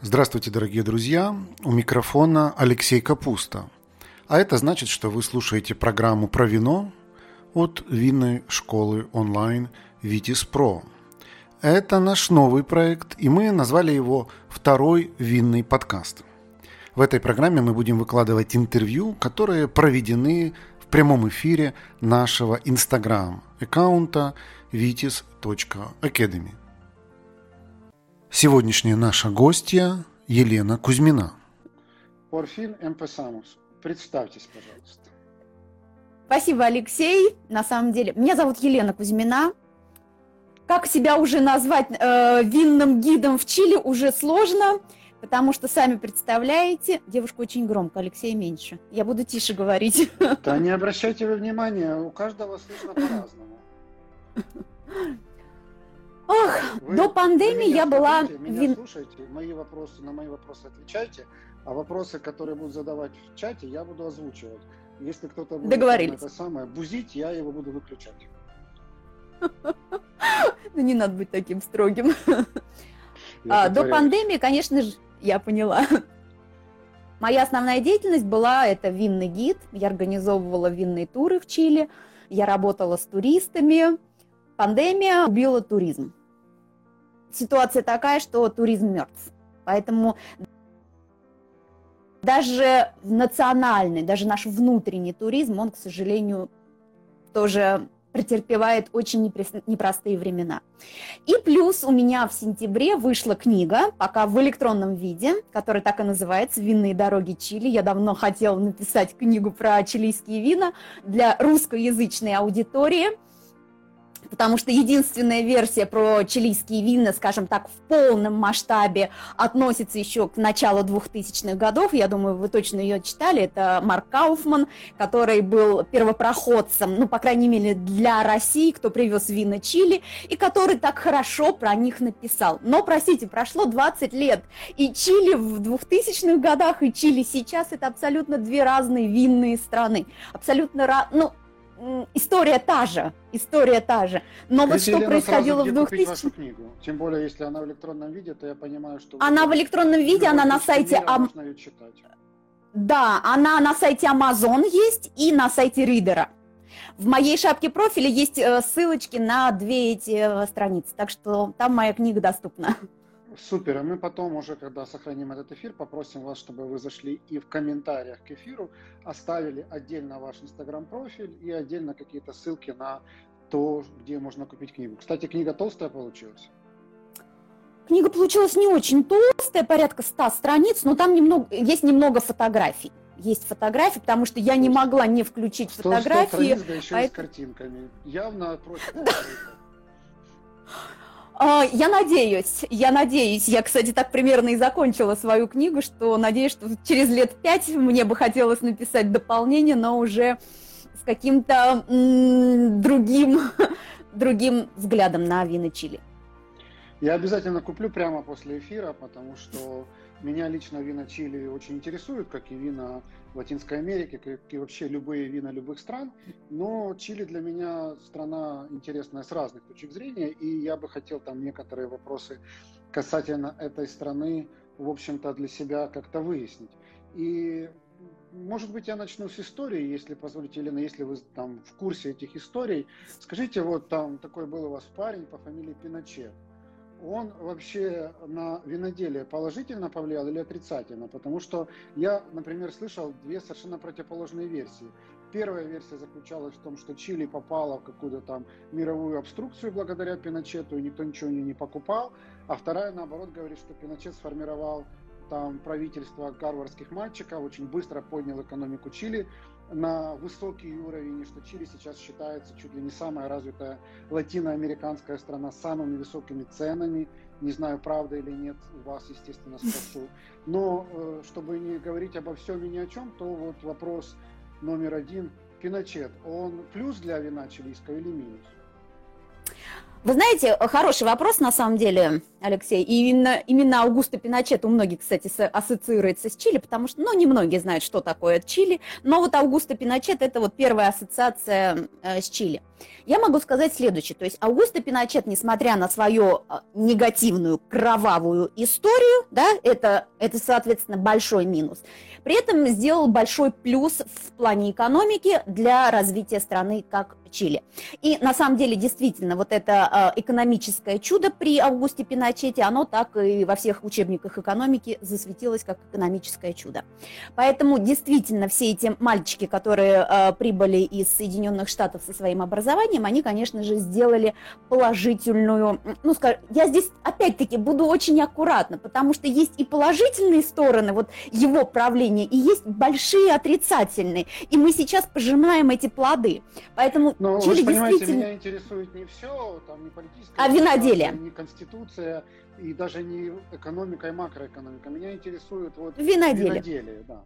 Здравствуйте, дорогие друзья! У микрофона Алексей Капуста. А это значит, что вы слушаете программу про вино от винной школы онлайн Vitis Pro. Это наш новый проект, и мы назвали его «Второй винный подкаст». В этой программе мы будем выкладывать интервью, которые проведены в прямом эфире нашего Instagram-аккаунта vitis.academy. Сегодняшняя наша гостья Елена Кузьмина. Por fin empezamos. Представьтесь, пожалуйста. Спасибо, Алексей. На самом деле, меня зовут Елена Кузьмина. Как себя уже назвать винным гидом в Чили, уже сложно, потому что, сами представляете, девушка очень громко, Алексей меньше. Я буду тише говорить. Да не обращайте вы внимания, у каждого слышно по-разному. Ох, до пандемии я была... Меня слушайте, на мои вопросы отвечайте, а вопросы, которые будут задавать в чате, я буду озвучивать. Если кто-то будет это самое бузить, я его буду выключать. Ну не надо быть таким строгим. До пандемии, конечно же, я поняла. Моя основная деятельность была это винный гид. Я организовывала винные туры в Чили, я работала с туристами. Пандемия убила туризм. Ситуация такая, что туризм мертв. Поэтому даже национальный, даже наш внутренний туризм, он, к сожалению, тоже претерпевает очень непростые времена. И плюс у меня в сентябре вышла книга, пока в электронном виде, которая так и называется «Винные дороги Чили». Я давно хотела написать книгу про чилийские вина для русскоязычной аудитории, потому что единственная версия про чилийские вина, скажем так, в полном масштабе относится еще к началу 2000-х годов. Я думаю, вы точно ее читали. Это Марк Кауфман, который был первопроходцем, ну, по крайней мере, для России, кто привез вина Чили, и который так хорошо про них написал. Но, простите, прошло 20 лет, и Чили в 2000-х годах, и Чили сейчас – это абсолютно две разные винные страны. Абсолютно история та же, но вот что происходило в 2000-х... книгу. Тем более, если она в электронном виде, то я понимаю, что... Она в электронном виде, она на сайте... Можно ее читать. Да, она на сайте Amazon есть и на сайте Ридера. В моей шапке профиля есть ссылочки на две эти страницы, так что там моя книга доступна. Супер, а мы потом уже, когда сохраним этот эфир, попросим вас, чтобы вы зашли и в комментариях к эфиру оставили отдельно ваш инстаграм-профиль и отдельно какие-то ссылки на то, где можно купить книгу. Кстати, книга толстая получилась? Книга получилась не очень толстая, порядка 100 страниц, но там есть немного фотографий. Есть фотографии, потому что я не могла не включить фотографии. 100 страниц, да еще и с картинками. Явно против. Я надеюсь. Я, кстати, так примерно и закончила свою книгу, что надеюсь, что через лет 5 мне бы хотелось написать дополнение, но уже с каким-то другим взглядом на вина Чили. Я обязательно куплю прямо после эфира, потому что меня лично вина Чили очень интересуют, как и вина Латинской Америки, как и вообще любые вина любых стран. Но Чили для меня страна интересная с разных точек зрения, и я бы хотел там некоторые вопросы касательно этой страны, в общем-то, для себя как-то выяснить. И, может быть, я начну с истории, если позволите, Елена, если вы там в курсе этих историй. Скажите, вот там такой был у вас парень по фамилии Пиночет. Он вообще на виноделие положительно повлиял или отрицательно? Потому что я, например, слышал две совершенно противоположные версии. Первая версия заключалась в том, что Чили попала в какую-то там мировую обструкцию благодаря Пиночету, и никто ничего не покупал. А вторая, наоборот, говорит, что Пиночет сформировал там правительство гарвардских мальчиков, очень быстро поднял экономику Чили на высокий уровень, и что Чили сейчас считается чуть ли не самая развитая латиноамериканская страна с самыми высокими ценами. Не знаю, правда или нет, у вас, естественно, спрошу. Но чтобы не говорить обо всем и ни о чем, то вот вопрос номер один. Пиночет, он плюс для вина чилийского или минус? Вы знаете, хороший вопрос на самом деле, Алексей. И именно Аугусто Пиночет у многих, кстати, ассоциируется с Чили, потому что, немногие знают, что такое Чили. Но вот Аугусто Пиночет – это вот первая ассоциация с Чили. Я могу сказать следующее. То есть Аугусто Пиночет, несмотря на свою негативную, кровавую историю, да, это, соответственно, большой минус, при этом сделал большой плюс в плане экономики для развития страны, как Чили. И на самом деле, действительно, вот это экономическое чудо при Аугусте Пиночете, оно так и во всех учебниках экономики засветилось как экономическое чудо. Поэтому действительно все эти мальчики, которые прибыли из Соединенных Штатов со своим образованием, они, конечно же, сделали положительную, я здесь опять-таки буду очень аккуратна, потому что есть и положительные стороны вот его правления, и есть большие отрицательные, и мы сейчас пожинаем эти плоды. Поэтому но Чили вы же понимаете, действительно... меня интересует не все, там не политическая, А виноделие? Не конституция и даже не экономика и макроэкономика. Меня интересует вот виноделие, да.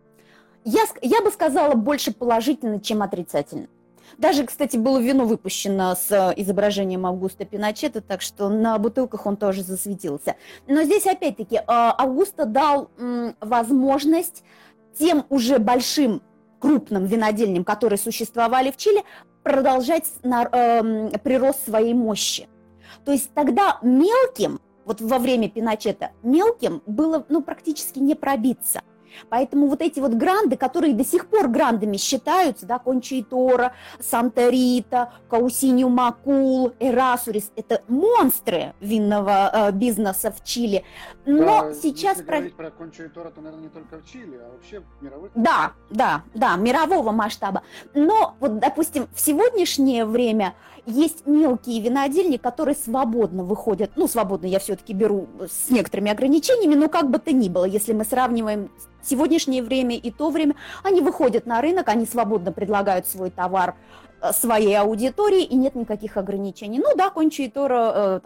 Я бы сказала больше положительно, чем отрицательно. Даже, кстати, было вино выпущено с изображением Аугусто Пиночета, так что на бутылках он тоже засветился. Но здесь, опять-таки, Аугусто дал возможность тем уже большим крупным винодельням, которые существовали в Чили, продолжать прирост своей мощи. То есть тогда мелким, вот во время Пиночета, мелким было практически не пробиться. Поэтому вот эти вот гранды, которые до сих пор грандами считаются, да, Конча и Торо, Санта-Рита, Каусиньо Макул, Эрасурис, это монстры винного бизнеса в Чили. Но да, сейчас... Если говорить про Конча и Торо, то, наверное, не только в Чили, а вообще в мировых... Да, мирового масштаба. Но вот, допустим, в сегодняшнее время есть мелкие винодельни, которые свободно выходят, свободно я все-таки беру с некоторыми ограничениями, но как бы то ни было, если мы сравниваем сегодняшнее время и то время, они выходят на рынок, они свободно предлагают свой товар своей аудитории, и нет никаких ограничений. Конча и Торо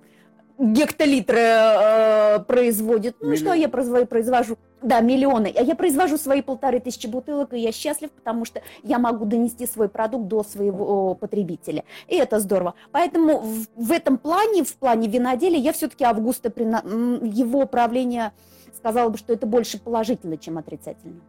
гектолитры производит. Что я произвожу? Да, миллионы. Я произвожу свои 1500 бутылок, и я счастлив, потому что я могу донести свой продукт до своего потребителя. И это здорово. Поэтому в этом плане, в плане виноделия, я все-таки Аугусто, его правление, сказала бы, что это больше положительно, чем отрицательно.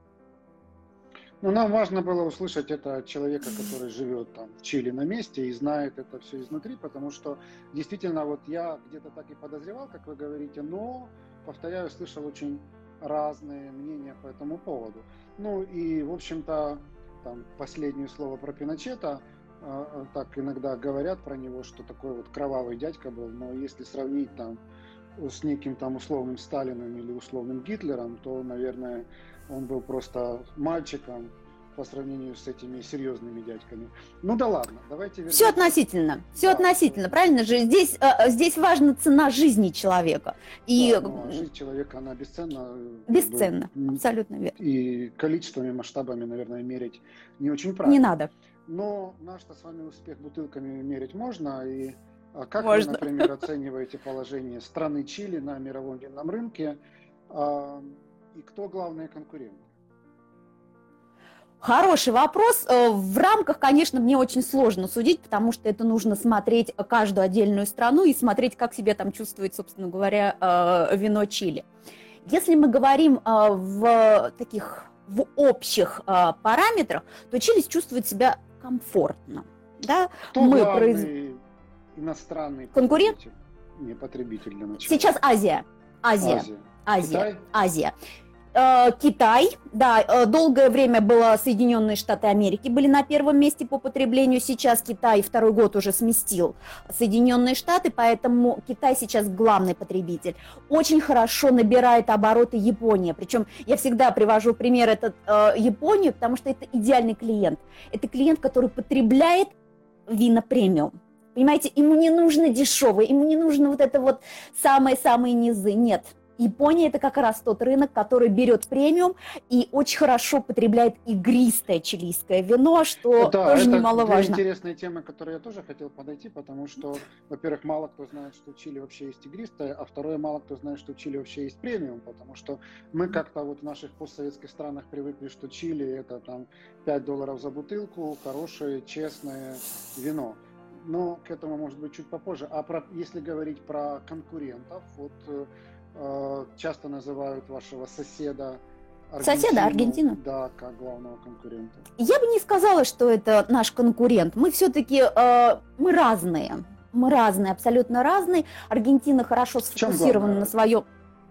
Нам важно было услышать это от человека, который живет там в Чили на месте и знает это все изнутри, потому что действительно вот я где-то так и подозревал, как вы говорите, но, повторяю, слышал очень разные мнения по этому поводу. И, в общем-то, там последнее слово про Пиночета, так иногда говорят про него, что такой вот кровавый дядька был, но если сравнить там с неким там условным Сталиным или условным Гитлером, то, наверное, он был просто мальчиком по сравнению с этими серьезными дядьками. Да ладно, давайте вернемся. Все относительно, правильно же? Здесь важна цена жизни человека. И... Да, жизнь человека, она бесценна. Бесценна, абсолютно верно. И количествами, масштабами, наверное, мерить не очень правильно. Не надо. Но наш-то с вами успех бутылками мерить можно. И как можно. Вы, например, оцениваете положение страны Чили на мировом винном рынке? И кто главные конкуренты? Хороший вопрос. В рамках, конечно, мне очень сложно судить, потому что это нужно смотреть каждую отдельную страну и смотреть, как себя там чувствует, собственно говоря, вино Чили. Если мы говорим в общих параметрах, то Чили чувствует себя комфортно. Да? Кто главный иностранный конкурент? Не потребитель для начала. Сейчас Азия. Китай? Азия. Китай, да, долгое время было Соединенные Штаты Америки, были на первом месте по потреблению, сейчас Китай второй год уже сместил Соединенные Штаты, поэтому Китай сейчас главный потребитель. Очень хорошо набирает обороты Япония, причем я всегда привожу пример Японию, потому что это идеальный клиент. Это клиент, который потребляет вина премиум. Понимаете, ему не нужно дешевое, ему не нужно вот это вот самые-самые низы, нет. Япония – это как раз тот рынок, который берет премиум и очень хорошо потребляет игристое чилийское вино, что тоже немаловажно. Это интересная тема, к которой я тоже хотел подойти, потому что, во-первых, мало кто знает, что в Чили вообще есть игристое, а второе, мало кто знает, что в Чили вообще есть премиум, потому что мы как-то вот в наших постсоветских странах привыкли, что Чили – это там $5 за бутылку, хорошее, честное вино. но к этому, может быть, чуть попозже. Если говорить про конкурентов, вот часто называют вашего соседа Аргентину? Да, как главного конкурента. Я бы не сказала, что это наш конкурент. Мы все-таки, мы разные. Мы разные, абсолютно разные. Аргентина хорошо сфокусирована на своем...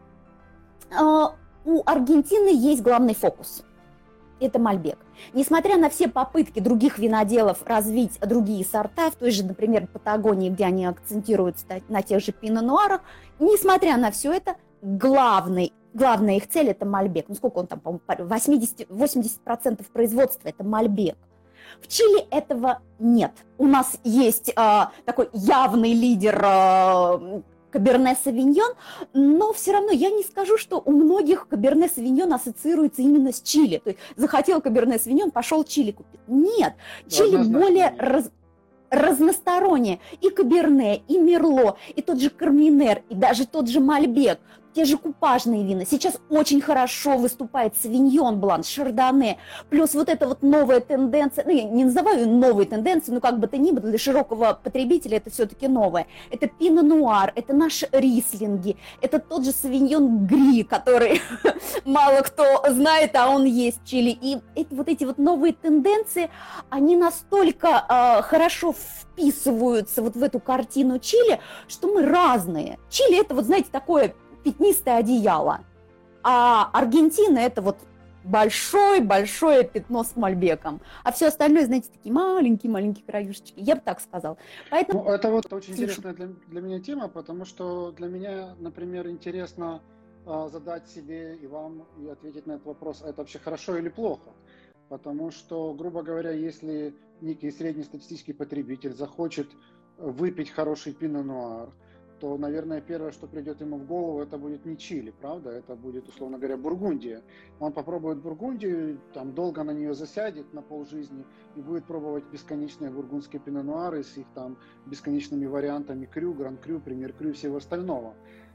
У Аргентины есть главный фокус. Это Мальбек. Несмотря на все попытки других виноделов развить другие сорта, в той же, например, Патагонии, где они акцентируются на тех же пино-нуарах, несмотря на все это, главная их цель – это Мальбек. Ну, сколько он там, по-моему, 80% производства – это Мальбек. В Чили этого нет. У нас есть такой явный лидер Каберне Савиньон, но все равно я не скажу, что у многих Каберне Савиньон ассоциируется именно с Чили. То есть захотел Каберне Савиньон, пошел Чили купить. Нет, Чили более разностороннее. И Каберне, и Мерло, и тот же Карминер, и даже тот же Мальбек. Те же купажные вина. Сейчас очень хорошо выступает Савиньон Блан, Шардоне. Плюс вот эта вот новая тенденция, ну я не называю новой тенденцией, но как бы то ни было, для широкого потребителя это все-таки новое. Это Пино Нуар, это наши рислинги, это тот же Савиньон Гри, который мало кто знает, а он есть в Чили. И вот эти вот новые тенденции, они настолько хорошо вписываются вот в эту картину Чили, что мы разные. Чили это вот, знаете, такое пятнистое одеяло, а Аргентина это вот большое-большое пятно с Мальбеком, а все остальное, знаете, такие маленькие-маленькие краюшечки, я бы так сказала. Поэтому... Ну, это вот очень интересная для меня тема, потому что для меня, например, интересно задать себе и вам и ответить на этот вопрос, это вообще хорошо или плохо, потому что, грубо говоря, если некий среднестатистический потребитель захочет выпить хороший пино-нуар, то, наверное, первое, что придет ему в голову, это будет не Чили, правда? Это будет, условно говоря, Бургундия. Он попробует Бургундию, там долго на нее засядет на полжизни и будет пробовать бесконечные бургундские пино-нуары с их там бесконечными вариантами крю, гран-крю, премьер-крю и всего остального.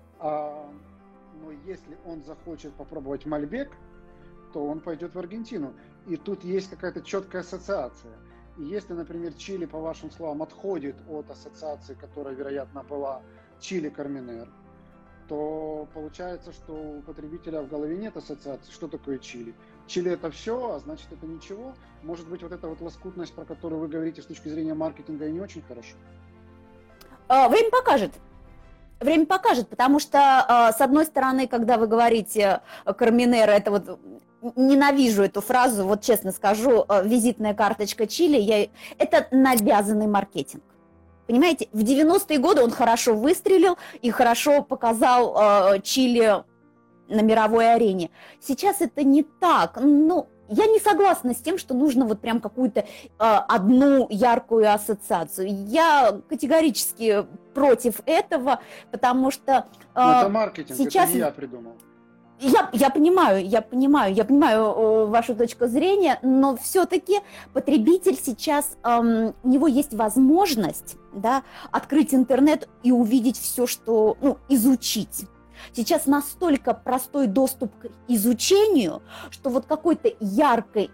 Но если он захочет попробовать Мальбек, то он пойдет в Аргентину. И тут есть какая-то четкая ассоциация. И если, например, Чили, по вашим словам, отходит от ассоциации, которая, вероятно, была Чили Карминер, то получается, что у потребителя в голове нет ассоциации, что такое Чили. Чили это все, а значит это ничего. Может быть, вот эта вот лоскутность, про которую вы говорите с точки зрения маркетинга, и не очень хорошо. Время покажет. Время покажет, потому что, с одной стороны, когда вы говорите Карминера, это вот, ненавижу эту фразу, вот честно скажу, визитная карточка Чили, это навязанный маркетинг. Понимаете, в 90-е годы он хорошо выстрелил и хорошо показал Чили на мировой арене. Сейчас это не так. Ну, я не согласна с тем, что нужно вот прям какую-то одну яркую ассоциацию. Я категорически против этого, потому что это маркетинг, сейчас... это не я придумал. Я понимаю вашу точку зрения, но все-таки потребитель сейчас, у него есть возможность, да, открыть интернет и увидеть все, что, изучить. Сейчас настолько простой доступ к изучению, что вот какой-то яркой,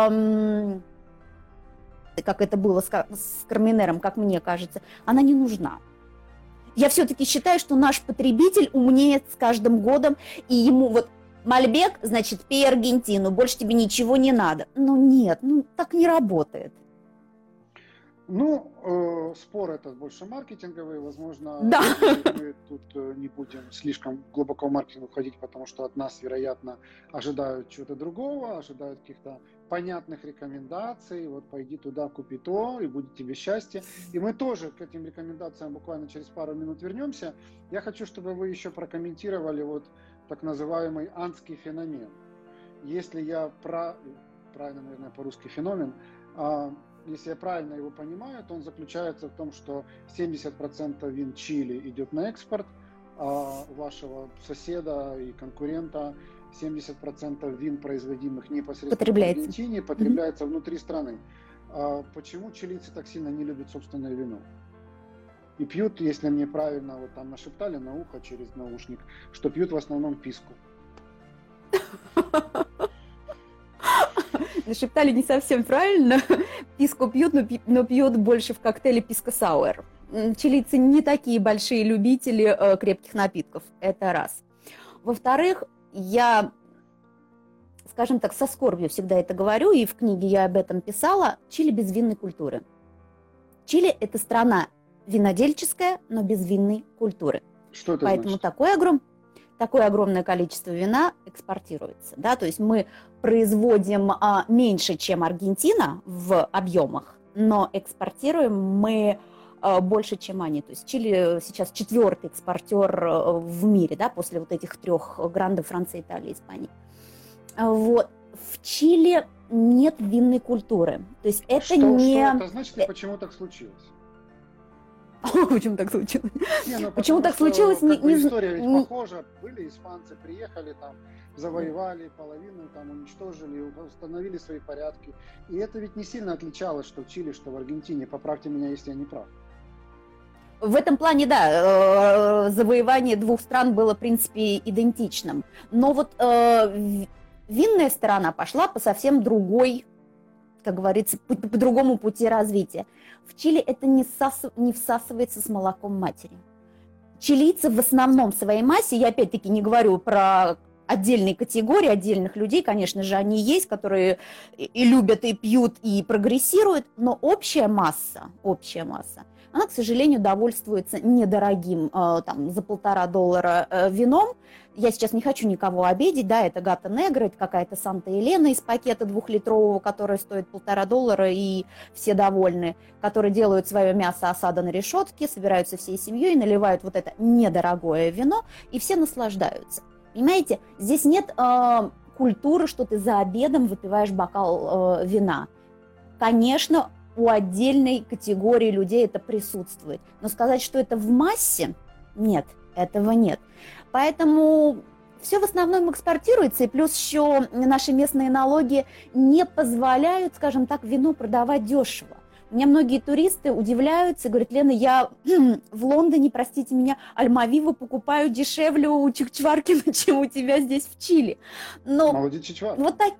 как это было с Карминером, как мне кажется, она не нужна. Я все-таки считаю, что наш потребитель умнеет с каждым годом, и ему вот Мальбек, значит, пей Аргентину, больше тебе ничего не надо. Ну нет, так не работает. Спор этот больше маркетинговый, возможно, да. Мы тут не будем слишком глубоко в маркетинг уходить, потому что от нас, вероятно, ожидают чего-то другого, ожидают каких-то понятных рекомендаций, вот пойди туда, купи то, и будет тебе счастье. И мы тоже к этим рекомендациям буквально через пару минут вернемся. Я хочу, чтобы вы еще прокомментировали вот так называемый андский феномен. Если я правильно, наверное, по-русски феномен, если я правильно его понимаю, то он заключается в том, что 70% вин Чили идет на экспорт, а у вашего соседа и конкурента 70% вин, производимых непосредственно в Аргентине, потребляется внутри страны. Почему чилийцы так сильно не любят собственное вино? И пьют, если мне правильно вот там нашептали на ухо через наушник, что пьют в основном писку. Нашептали не совсем правильно. Писко пьют, но пьют больше в коктейле писко-сауэр. Чилийцы не такие большие любители крепких напитков. Это раз. Во-вторых, я, скажем так, со скорбью всегда это говорю, и в книге я об этом писала, Чили без винной культуры. Чили – это страна винодельческая, но без винной культуры. Что это Поэтому значит? такое огромное количество вина экспортируется. Да? То есть мы производим меньше, чем Аргентина в объемах, но экспортируем мы больше, чем они. То есть Чили сейчас 4-й экспортер в мире, да, после вот этих 3 грандов Франции, Италии, Испании. Вот. В Чили нет винной культуры. То есть это Что это значит и почему так случилось? Почему так случилось? Почему так случилось? История ведь похожа. Были испанцы, приехали там, завоевали половину, там уничтожили, установили свои порядки. И это ведь не сильно отличалось, что в Чили, что в Аргентине. Поправьте меня, если я не прав. В этом плане, да, завоевание 2 стран было, в принципе, идентичным. Но вот винная сторона пошла по совсем другой, как говорится, по другому пути развития. В Чили это не всасывается с молоком матери. Чилийцы в основном в своей массе, я опять-таки не говорю про отдельные категории, отдельных людей, конечно же, они есть, которые и любят, и пьют, и прогрессируют, но общая масса, она, к сожалению, довольствуется недорогим, там, за $1,5 вином. Я сейчас не хочу никого обидеть, да, это Гата Негра, это какая-то Санта-Елена из пакета 2-литрового, который стоит $1,5, и все довольны, которые делают свое мясо осада на решетке, собираются всей семьей, наливают вот это недорогое вино, и все наслаждаются. Понимаете, здесь нет культуры, что ты за обедом выпиваешь бокал вина. Конечно, у отдельной категории людей это присутствует. Но сказать, что это в массе, нет, этого нет. Поэтому все в основном экспортируется, и плюс еще наши местные налоги не позволяют, скажем так, вино продавать дешево. У меня многие туристы удивляются, говорят: Лена, я в Лондоне, простите меня, Альмавиву покупаю дешевле у Чичваркина, чем у тебя здесь в Чили. Но молодец, Чичваркин. Вот так.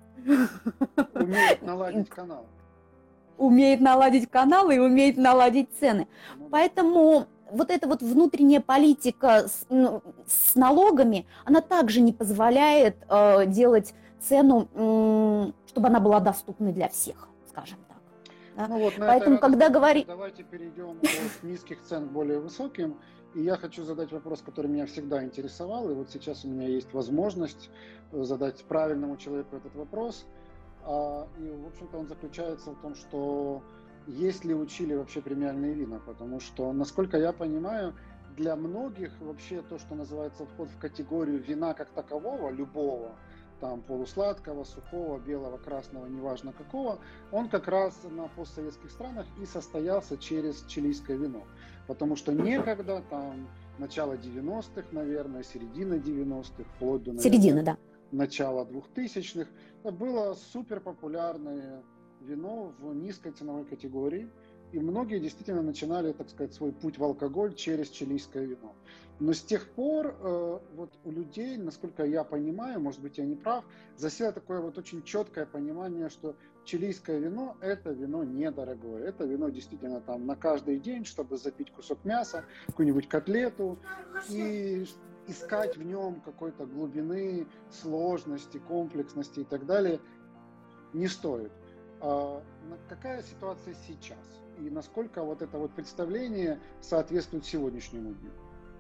Умеет наладить канал. Умеет наладить каналы и умеет наладить цены. Поэтому вот эта вот внутренняя политика с налогами, она также не позволяет делать цену, чтобы она была доступна для всех, скажем так. Да? Ну вот, поэтому, когда говорить... Давайте перейдем от низких цен к более высоким. И я хочу задать вопрос, который меня всегда интересовал. И вот сейчас у меня есть возможность задать правильному человеку этот вопрос. И, в общем-то, он заключается в том, что есть ли у Чили вообще премиальные вина, потому что, насколько я понимаю, для многих вообще то, что называется вход в категорию вина как такового, любого, там полусладкого, сухого, белого, красного, неважно какого, он как раз на постсоветских странах и состоялся через чилийское вино, потому что некогда, там, начало 90-х, наверное, середина 90-х, вплоть до, наверное, начала 2000-х, было супер популярное вино в низкой ценовой категории, и многие действительно начинали, так сказать, свой путь в алкоголь через чилийское вино. Но с тех пор вот у людей, насколько я понимаю, может быть, я не прав, засело такое вот очень четкое понимание, что чилийское вино – это вино недорогое, это вино действительно там на каждый день, чтобы запить кусок мяса, какую-нибудь котлету, и искать в нем какой-то глубины, сложности, комплексности и так далее не стоит. Какая ситуация сейчас? И насколько вот это вот представление соответствует сегодняшнему дню?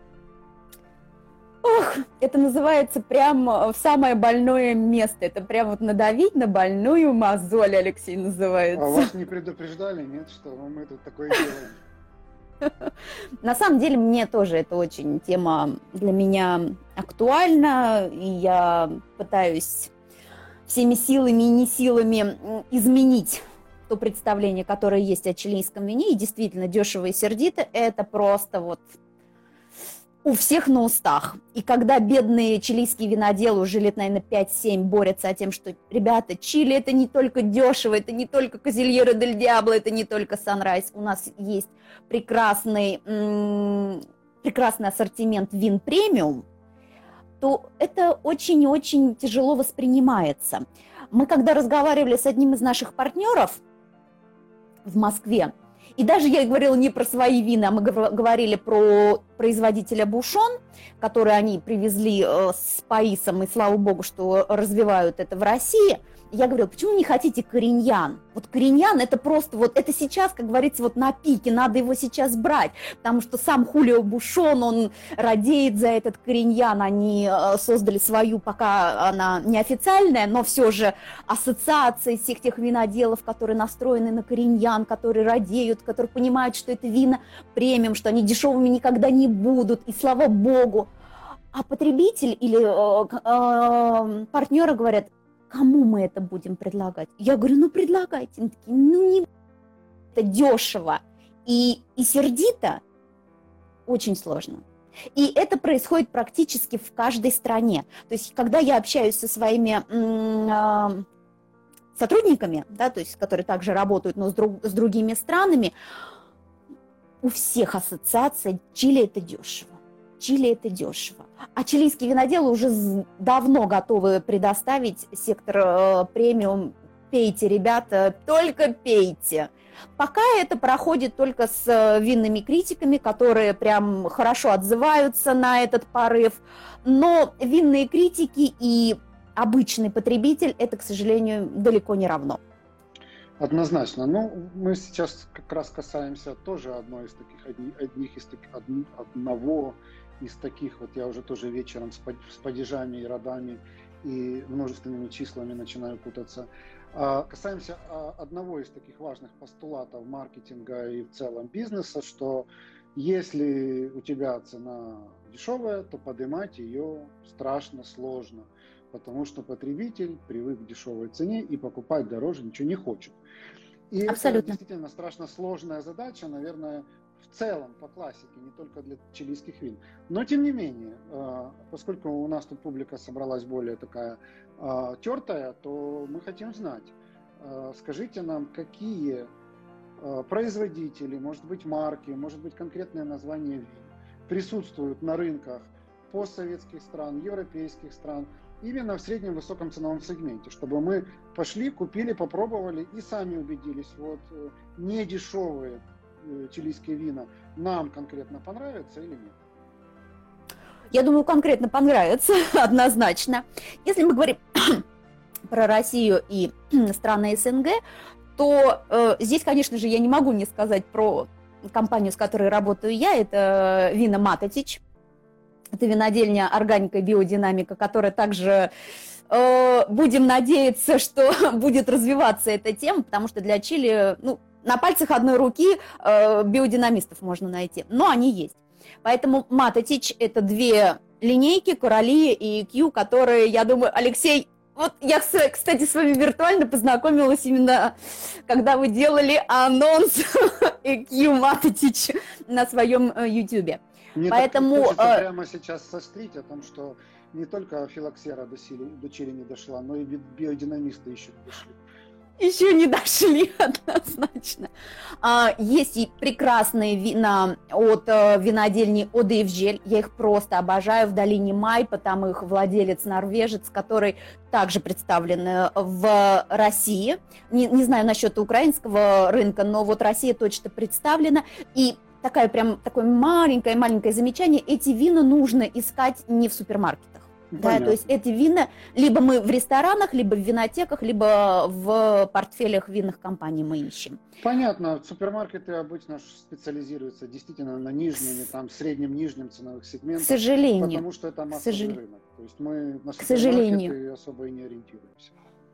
Ох, это называется прям в самое больное место. Это прям вот надавить на больную мозоль, Алексей, называется. А вас не предупреждали, нет, что мы тут такое делаем? На самом деле, мне тоже это очень тема для меня актуальна, и я пытаюсь всеми силами и не силами изменить то представление, которое есть о чилийском вине, и действительно дешево и сердито, это просто вот у всех на устах. И когда бедные чилийские виноделы уже лет, наверное, 5-7 борются о том, что, ребята, Чили это не только дешево, это не только Козильеро дель Диабло, это не только Санрайз, у нас есть прекрасный ассортимент вин премиум, то это очень и очень тяжело воспринимается. Мы когда разговаривали с одним из наших партнеров в Москве, и даже я говорила не про свои вина, а мы говорили про производителя Бушон, который они привезли с Паисом, и слава богу, что развивают это в России. Я говорила, почему не хотите кореньян? Вот кореньян это просто, вот это сейчас, как говорится, вот на пике, надо его сейчас брать, потому что сам Хулио Бушон, он радеет за этот кореньян, они создали свою, пока она неофициальная, но все же ассоциация всех тех виноделов, которые настроены на кореньян, которые радеют, которые понимают, что это вина премиум, что они дешевыми никогда не будут, и слава богу. А потребитель или партнеры говорят, кому мы это будем предлагать? Я говорю, ну предлагайте. Они такие, ну не это дешево и сердито, очень сложно. И это происходит практически в каждой стране. То есть, когда я общаюсь со своими сотрудниками, да, то есть, которые также работают, но с другими странами, у всех ассоциаций Чили это дешево. Чили это дешево. А чилийские виноделы уже давно готовы предоставить сектор премиум. Пейте, ребята, только пейте. Пока это проходит только с винными критиками, которые прям хорошо отзываются на этот порыв. Но винные критики и обычный потребитель это, к сожалению, далеко не равно. Однозначно. Ну, мы сейчас как раз касаемся тоже одного из таких, вот я уже тоже вечером с падежами и родами и множественными числами начинаю путаться. Касаемся одного из таких важных постулатов маркетинга и в целом бизнеса, что если у тебя цена дешевая, то поднимать ее страшно сложно, потому что потребитель привык к дешевой цене и покупать дороже ничего не хочет. И абсолютно. Это действительно страшно сложная задача, наверное, в целом по классике, не только для чилийских вин. Но тем не менее, поскольку у нас тут публика собралась более такая тертая, то мы хотим знать, скажите нам, какие производители, может быть марки, может быть конкретное название вин присутствуют на рынках постсоветских стран, европейских стран, именно в среднем высоком ценовом сегменте, чтобы мы пошли, купили, попробовали и сами убедились, вот не дешевые чилийские вина нам конкретно понравятся или нет? Я думаю, конкретно понравится, однозначно. Если мы говорим про Россию и страны СНГ, то здесь, конечно же, я не могу не сказать про компанию, с которой работаю я, это Вина Матетич. Это винодельня «Органика и биодинамика», которая также, будем надеяться, что будет развиваться эта тема, потому что для Чили, ну, на пальцах одной руки биодинамистов можно найти, но они есть. Поэтому Матетич – это две линейки, Короли и Q, которые, я думаю, Алексей, вот я, кстати, с вами виртуально познакомилась именно, когда вы делали анонс Q Матетич на своем YouTube. Мне поэтому хочется прямо сейчас сострить о том, что не только филоксера до Чили не дошла, но и биодинамисты еще не дошли. Еще не дошли, однозначно. Есть и прекрасные вина от винодельни ОДФЖ. Я их просто обожаю. В долине Майпа, там их владелец норвежец, который также представлен в России. Не знаю насчет украинского рынка, но вот Россия точно представлена. И такое маленькое замечание. Эти вина нужно искать не в супермаркетах. Да, то есть эти вина либо мы в ресторанах, либо в винотеках, либо в портфелях винных компаний мы ищем. Понятно. Супермаркеты обычно специализируются действительно на нижнем и там среднем, нижнем ценовых сегментах. К сожалению. Потому что это массовый рынок. То есть мы на супермаркеты особо и не ориентируемся.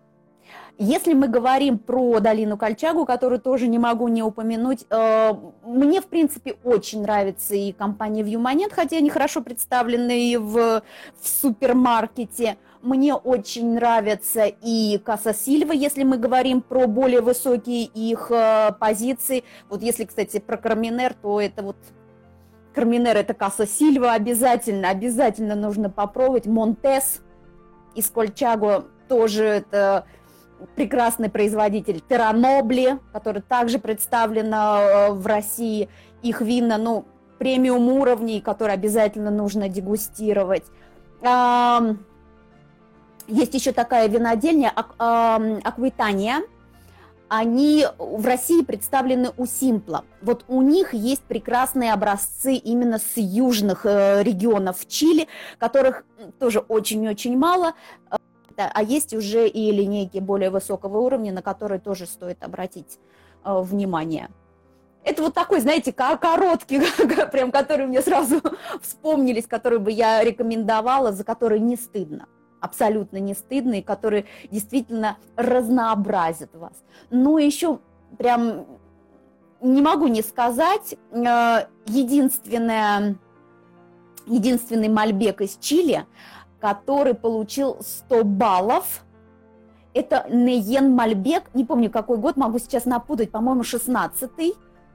Если мы говорим про долину Кольчагу, которую тоже не могу не упомянуть, мне, в принципе, очень нравится и компания Вьюмонет, хотя они хорошо представлены и в супермаркете. Мне очень нравится и Каса Сильва, если мы говорим про более высокие их позиции. Вот если, кстати, про Карминер, то это вот Карминер, это Каса Сильва, обязательно нужно попробовать. Монтес из Кольчаго тоже это прекрасный производитель. Терранобли, который также представлен в России. Их вина, ну, премиум уровней, которые обязательно нужно дегустировать. Есть еще такая винодельня Аквитания. Они в России представлены у Симпла. Вот у них есть прекрасные образцы именно с южных регионов Чили, которых тоже очень-очень мало. А есть уже и линейки более высокого уровня, на которые тоже стоит обратить внимание. Это вот такой, знаете, короткий, прям, которые мне сразу вспомнились, которые бы я рекомендовала, за которые не стыдно. Абсолютно не стыдно, и которые действительно разнообразят вас. Но еще прям не могу не сказать, единственный мальбек из Чили, который получил 100 баллов, это Нейен Мальбек, не помню какой год, могу сейчас напутать, по-моему, 16-й.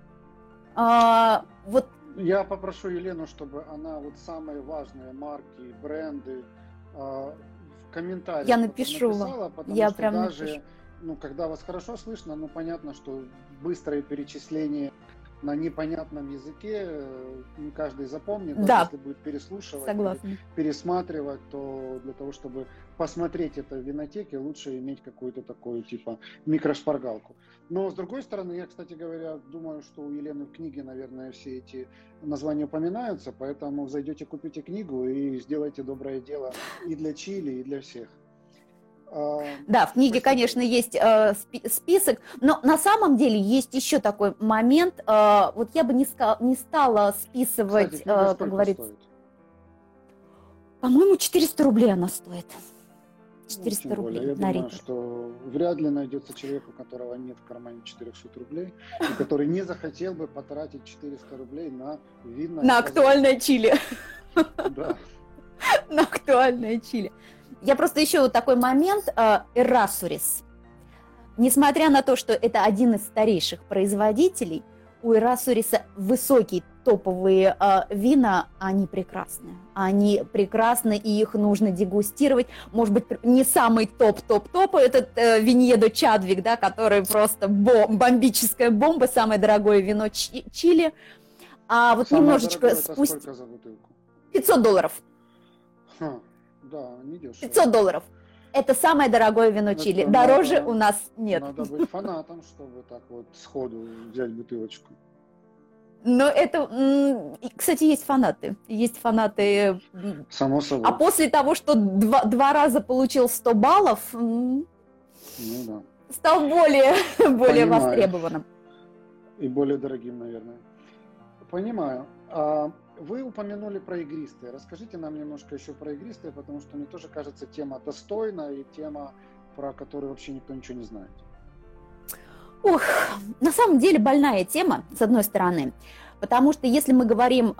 Вот. Я попрошу Елену, чтобы она вот самые важные марки, бренды в комментариях я напишу написала, потому я что прям даже, напишу. Когда вас хорошо слышно, понятно, что быстрое перечисление на непонятном языке не каждый запомнит, да. Если будет переслушивать, пересматривать, то для того, чтобы посмотреть это в винотеке, лучше иметь какую-то такую типа микрошпаргалку. Но с другой стороны, я, кстати говоря, думаю, что у Елены в книге, наверное, все эти названия упоминаются, поэтому зайдете, купите книгу и сделайте доброе дело и для Чили, и для всех. Да, в книге, конечно, есть список, но на самом деле есть еще такой момент. Вот я бы не стала списывать, кстати, как говорится. Стоит? По-моему, 400 рублей она стоит. 400 рублей. Я думаю, что вряд ли найдется человек, у которого нет в кармане 400 рублей, и который не захотел бы потратить 400 рублей на винное. На актуальное Чили. Да. На актуальное Чили. Я просто еще вот такой момент. Эрасурис. Несмотря на то, что это один из старейших производителей, у Эрасуриса высокие топовые вина, они прекрасные. Они прекрасны, и их нужно дегустировать. Может быть, не самый топ-топ-топ, этот Виньедо Чадвик, да, который просто бомбическая бомба, самое дорогое вино Чили. А вот самое немножечко спустя... Сколько за бутылку? $500. Да, не дешево. $500. Это самое дорогое вино Чили. Дороже у нас нет. Надо быть фанатом, чтобы так вот сходу взять бутылочку. Но это, кстати, есть фанаты. Есть фанаты. Само собой. А после того, что два раза получил 100 баллов, да. Стал более востребованным. И более дорогим, наверное. Понимаю. Вы упомянули про игристые. Расскажите нам немножко еще про игристые, потому что мне тоже кажется, тема достойна и тема, про которую вообще никто ничего не знает. Ох, на самом деле больная тема, с одной стороны, потому что если мы говорим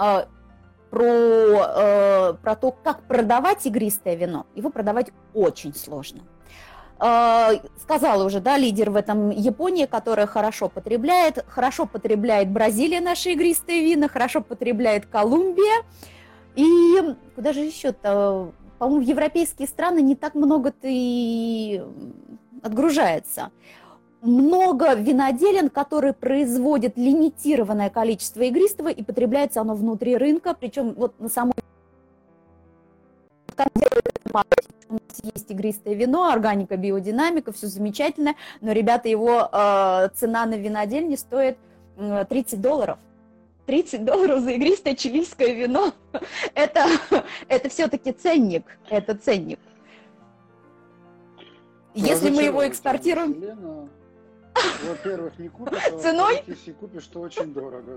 про то, как продавать игристое вино, его продавать очень сложно. Сказала уже, да, лидер в этом Япония, которая хорошо потребляет Бразилия наши игристые вина, хорошо потребляет Колумбия. И куда же еще-то? По-моему, в европейские страны не так много-то и отгружается. Много виноделин, которые производят лимитированное количество игристого, и потребляется оно внутри рынка, причем вот на самой... У нас есть игристое вино, органика, биодинамика, все замечательно, но, ребята, его цена на винодельне стоит $30. $30 за игристое чилийское вино. Это все-таки ценник. Это ценник. Если мы его экспортируем... Елена, во-первых, не купишь, ценой? Если купишь, то очень дорого,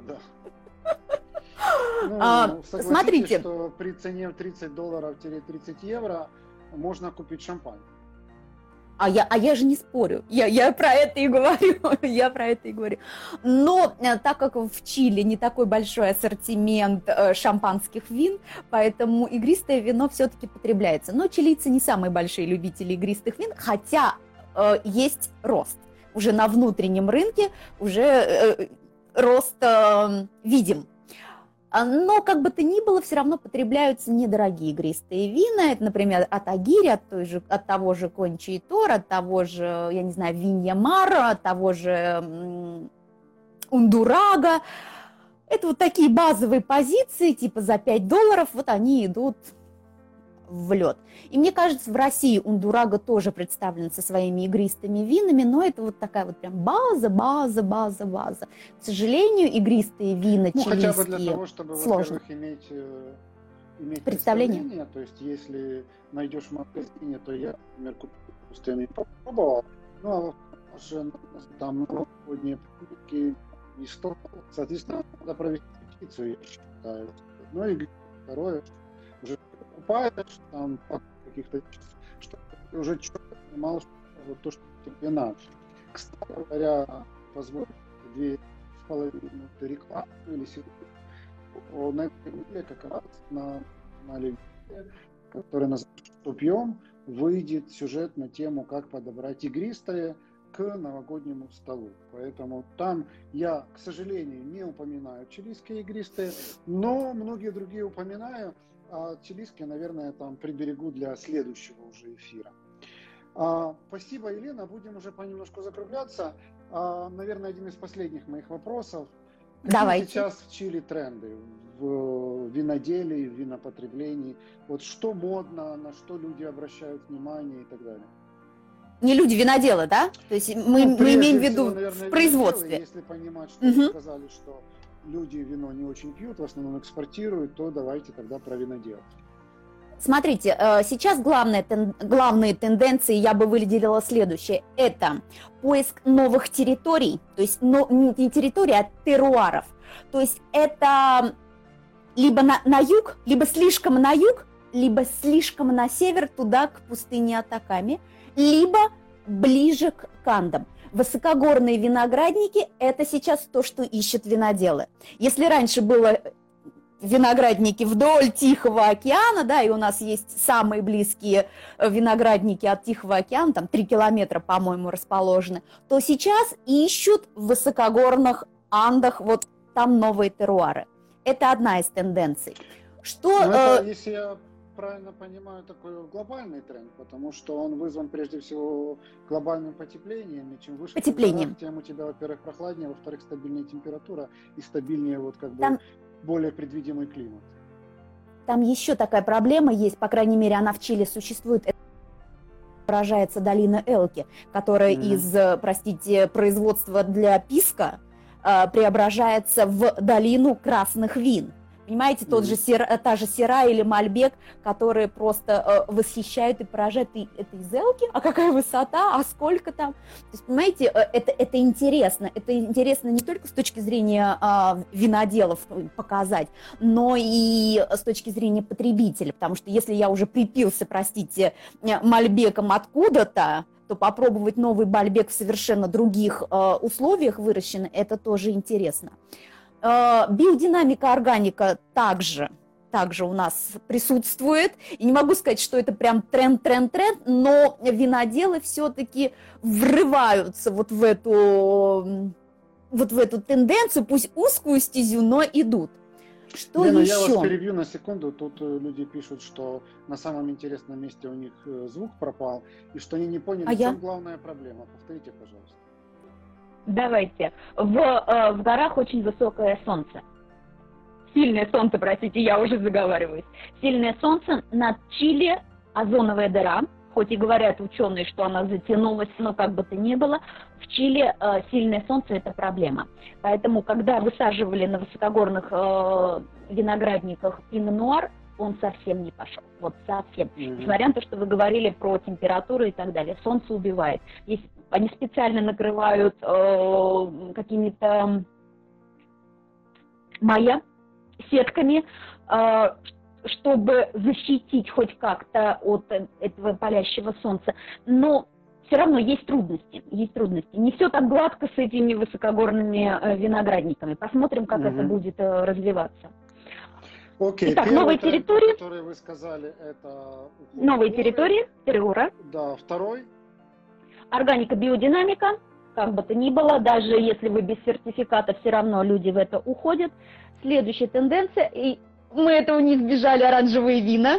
да. Смотрите, что при цене $30-30 евро можно купить шампань. А я же не спорю, я про это и говорю, Но так как в Чили не такой большой ассортимент шампанских вин, поэтому игристое вино все-таки потребляется. Но чилийцы не самые большие любители игристых вин, хотя есть рост. Уже на внутреннем рынке уже рост видим. Но, как бы то ни было, все равно потребляются недорогие игристые вина. Это, например, от Агири, от того же Кончи и Тор, от того же, я не знаю, Винья Мара, от того же Ундурага. Это вот такие базовые позиции, типа за $5, вот они идут в лед. И мне кажется, в России Ундурага тоже представлен со своими игристыми винами, но это вот такая вот прям база. К сожалению, игристые вина чилийские хотя бы для того, чтобы, сложно. во-первых, иметь Представление. То есть, если найдешь в магазине, то я, например, купил, попробовал, ну, а уже там новогодние праздники и что, соответственно, надо провести птицу, я считаю. Ну и второе, уже покупаешь там каких-то, что ты уже четко понимал, что вот то, что тебе надо. Кстати говоря, позволь 2,5 минуты рекламы или сегодня на этой неделе как раз на канале, который называется «Что пьем», выйдет сюжет на тему, как подобрать игристое к новогоднему столу. Поэтому там я, к сожалению, не упоминаю чилийские игристые, но многие другие упоминаю, а чилийские, наверное, там приберегу для следующего уже эфира. Спасибо, Елена. Будем уже понемножку закругляться. Наверное, один из последних моих вопросов. Давайте. Какие сейчас в Чили тренды в виноделии, в винопотреблении? Вот что модно, на что люди обращают внимание и так далее? Не люди, виноделы, да? То есть мы имеем в виду в производстве. Если понимать, что вы сказали, что люди вино не очень пьют, в основном экспортируют, то давайте тогда про виноделов. Смотрите, сейчас главные тенденции я бы выделила следующее. Это поиск новых территорий, то есть не территорий, а теруаров. То есть это либо на юг, либо слишком на юг, либо слишком на север, туда, к пустыне Атакаме, либо ближе к Андам. Высокогорные виноградники – это сейчас то, что ищут виноделы. Если раньше было виноградники вдоль Тихого океана, да, и у нас есть самые близкие виноградники от Тихого океана, там 3 километра, по-моему, расположены, то сейчас ищут в высокогорных Андах, вот там новые теруары. Это одна из тенденций. Это, если я правильно понимаю, такой глобальный тренд, потому что он вызван прежде всего глобальным потеплением, и чем выше температура, тем у тебя, во-первых, прохладнее, во-вторых, стабильнее температура и стабильнее вот как бы более предвидимый климат. Там еще такая проблема есть, по крайней мере, она в Чили существует. Это выражается долина Элки, которая из, простите, производства для писка преображается в долину красных вин. Понимаете, та же Сира или Мальбек, которые просто восхищают и поражают. Это из Элки? А какая высота? А сколько там? То есть, понимаете, это интересно. Это интересно не только с точки зрения виноделов показать, но и с точки зрения потребителя. Потому что если я уже припился, простите, Мальбеком откуда-то, то попробовать новый Мальбек в совершенно других условиях выращенный, это тоже интересно. Биодинамика, органика также у нас присутствует. И не могу сказать, что это прям тренд, но виноделы все-таки врываются вот в эту тенденцию, пусть узкую стезю, но идут. Что Лена, еще? Я вас перебью на секунду. Тут люди пишут, что на самом интересном месте у них звук пропал, и что они не поняли, в чем главная проблема. Повторите, пожалуйста. Давайте. В горах очень высокое солнце. Сильное солнце, простите, я уже заговариваюсь. Сильное солнце, над Чили озоновая дыра. Хоть и говорят ученые, что она затянулась, но как бы то ни было, в Чили сильное солнце – это проблема. Поэтому, когда высаживали на высокогорных виноградниках пино-нуар, он совсем не пошел. Вот совсем. Несмотря на то, что вы говорили про температуру и так далее. Солнце убивает. Они специально накрывают какими-то сетками, чтобы защитить хоть как-то от этого палящего солнца. Но все равно есть трудности. Не все так гладко с этими высокогорными виноградниками. Посмотрим, как это будет развиваться. Окей. Итак, новые территории. Которые вы сказали, это новые территории, терура. Да, второй. Органика, биодинамика, как бы то ни было, даже если вы без сертификата, все равно люди в это уходят. Следующая тенденция, и мы этого не избежали, оранжевые вина.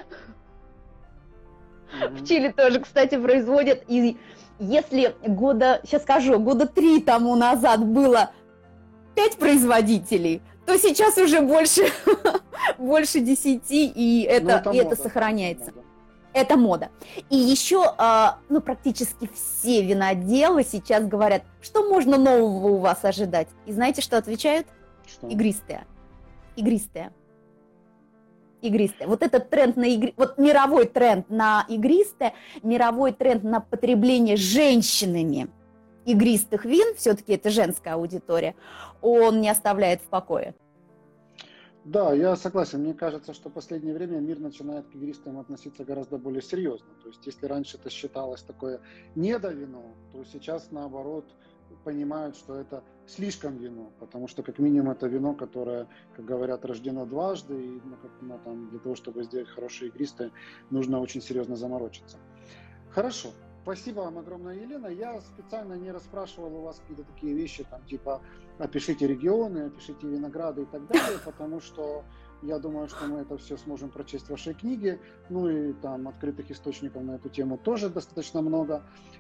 В Чили тоже, кстати, производят. И если года 3 тому назад было 5 производителей, то сейчас уже больше 10, и это сохраняется. Это мода. И еще, ну, практически все виноделы сейчас говорят, что можно нового у вас ожидать. И знаете, что отвечают? Что? Игристое. Игристое. Игристое. Вот этот тренд на вот мировой тренд на игристое, мировой тренд на потребление женщинами игристых вин, все-таки это женская аудитория, он не оставляет в покое. Да, я согласен. Мне кажется, что в последнее время мир начинает к игристым относиться гораздо более серьезно. То есть, если раньше это считалось такое недовино, то сейчас, наоборот, понимают, что это слишком вино, потому что, как минимум, это вино, которое, как говорят, рождено дважды, и там, для того, чтобы сделать хорошее игристое, нужно очень серьезно заморочиться. Хорошо. Спасибо вам огромное, Елена. Я специально не расспрашивал у вас какие-то такие вещи, там, типа, опишите регионы, опишите винограды и так далее, потому что я думаю, что мы это все сможем прочесть в вашей книге. Ну и там открытых источников на эту тему тоже достаточно много.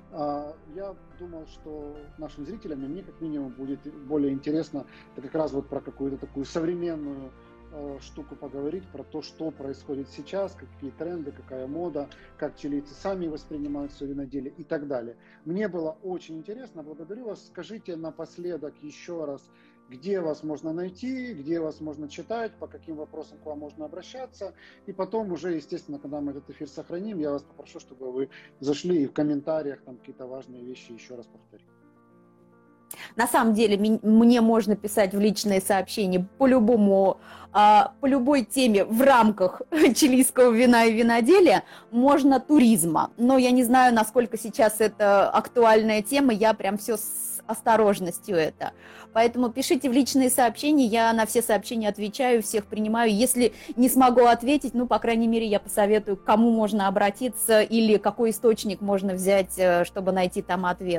Я думал, что нашим зрителям и мне как минимум будет более интересно это как раз вот про какую-то такую современную штуку поговорить, про то, что происходит сейчас, какие тренды, какая мода, как чилийцы сами воспринимают все виноделие и так далее. Мне было очень интересно, благодарю вас. Скажите напоследок еще раз, где вас можно найти, где вас можно читать, по каким вопросам к вам можно обращаться. И потом уже, естественно, когда мы этот эфир сохраним, я вас попрошу, чтобы вы зашли и в комментариях там какие-то важные вещи еще раз повторили. На самом деле мне можно писать в личные сообщения по любой теме в рамках чилийского вина и виноделия, можно туризма. Но я не знаю, насколько сейчас это актуальная тема, я прям все с осторожностью это. Поэтому пишите в личные сообщения, я на все сообщения отвечаю, всех принимаю. Если не смогу ответить, ну, по крайней мере, я посоветую, к кому можно обратиться или какой источник можно взять, чтобы найти там ответ.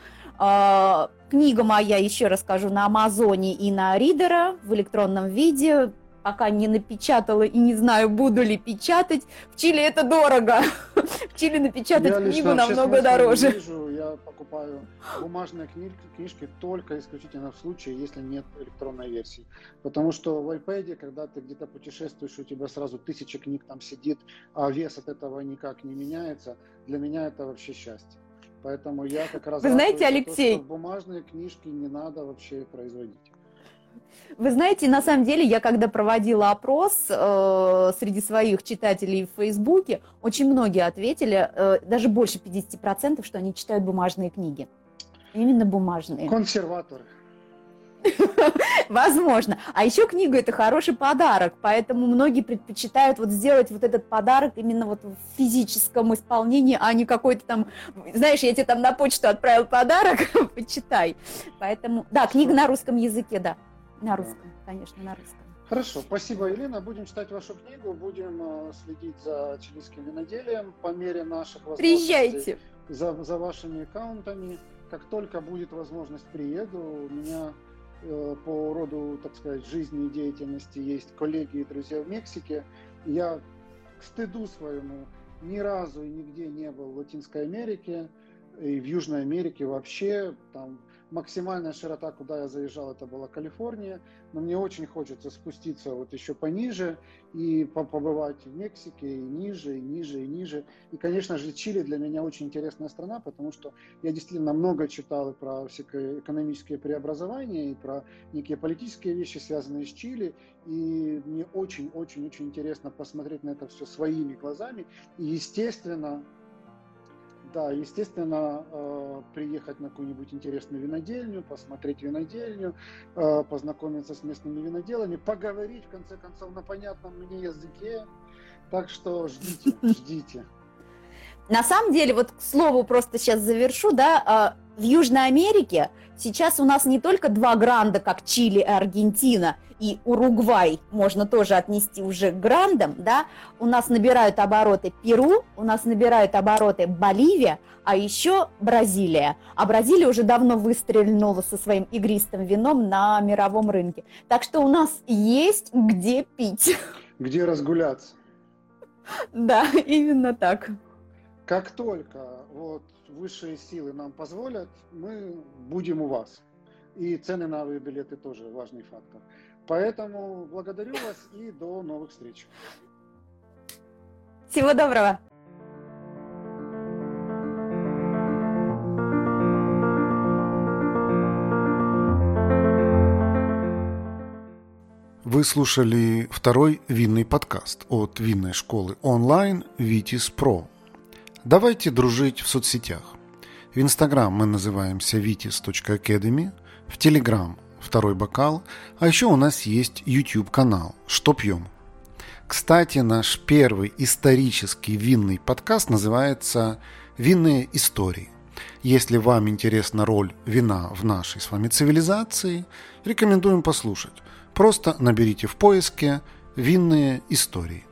Книга моя, еще раз скажу, на Амазоне и на Ридера в электронном виде. Пока не напечатала и не знаю, буду ли печатать. В Чили это дорого. В Чили напечатать книгу намного дороже. Я покупаю бумажные книжки только исключительно в случае, если нет электронной версии. Потому что в iPad, когда ты где-то путешествуешь, у тебя сразу 1000 книг там сидит, а вес от этого никак не меняется, для меня это вообще счастье. Поэтому я как раз... Вы знаете, Алексей... что бумажные книжки не надо вообще производить. Вы знаете, на самом деле, я когда проводила опрос среди своих читателей в Фейсбуке, очень многие ответили, даже больше 50%, что они читают бумажные книги. Именно бумажные. Консерваторы. Возможно. А еще книга – это хороший подарок, поэтому многие предпочитают вот сделать вот этот подарок именно вот в физическом исполнении, а не какой-то там, знаешь, я тебе там на почту отправил подарок, почитай. Поэтому, да, книга на русском языке, да, на русском, конечно, на русском. Хорошо, спасибо, Елена. Будем читать вашу книгу, будем следить за чилийским виноделием по мере наших возможностей. Приезжайте. За вашими аккаунтами. Как только будет возможность, приеду. У меня по роду, так сказать, жизни и деятельности есть коллеги и друзья в Мексике. Я к стыду своему ни разу и нигде не был в Латинской Америке и в Южной Америке вообще. Там максимальная широта, куда я заезжал, это была Калифорния. Но мне очень хочется спуститься вот еще пониже и побывать в Мексике и ниже, и ниже, и ниже. И, конечно же, Чили для меня очень интересная страна, потому что я действительно много читал и про всякие экономические преобразования, и про некие политические вещи, связанные с Чили. И мне очень-очень-очень интересно посмотреть на это все своими глазами. И, естественно, приехать на какую-нибудь интересную винодельню, посмотреть винодельню, познакомиться с местными виноделами, поговорить, в конце концов, на понятном мне языке. Так что ждите. На самом деле, вот к слову просто сейчас завершу, да, в Южной Америке сейчас у нас не только два гранда, как Чили и Аргентина, и Уругвай можно тоже отнести уже к грандам, да, у нас набирают обороты Перу, у нас набирают обороты Боливия, а еще Бразилия. А Бразилия уже давно выстрельнула со своим игристым вином на мировом рынке. Так что у нас есть где пить. Где разгуляться. Да, именно так. Как только вот высшие силы нам позволят, мы будем у вас. И цены на авиабилеты тоже важный фактор. Поэтому благодарю вас и до новых встреч. Всего доброго. Вы слушали второй винный подкаст от винной школы онлайн Vitis Pro. Давайте дружить в соцсетях. В Инстаграм мы называемся vitis.academy, в Телеграм «Второй бокал», а еще у нас есть YouTube-канал «Что пьем?». Кстати, наш первый исторический винный подкаст называется «Винные истории». Если вам интересна роль вина в нашей с вами цивилизации, рекомендуем послушать. Просто наберите в поиске «Винные истории».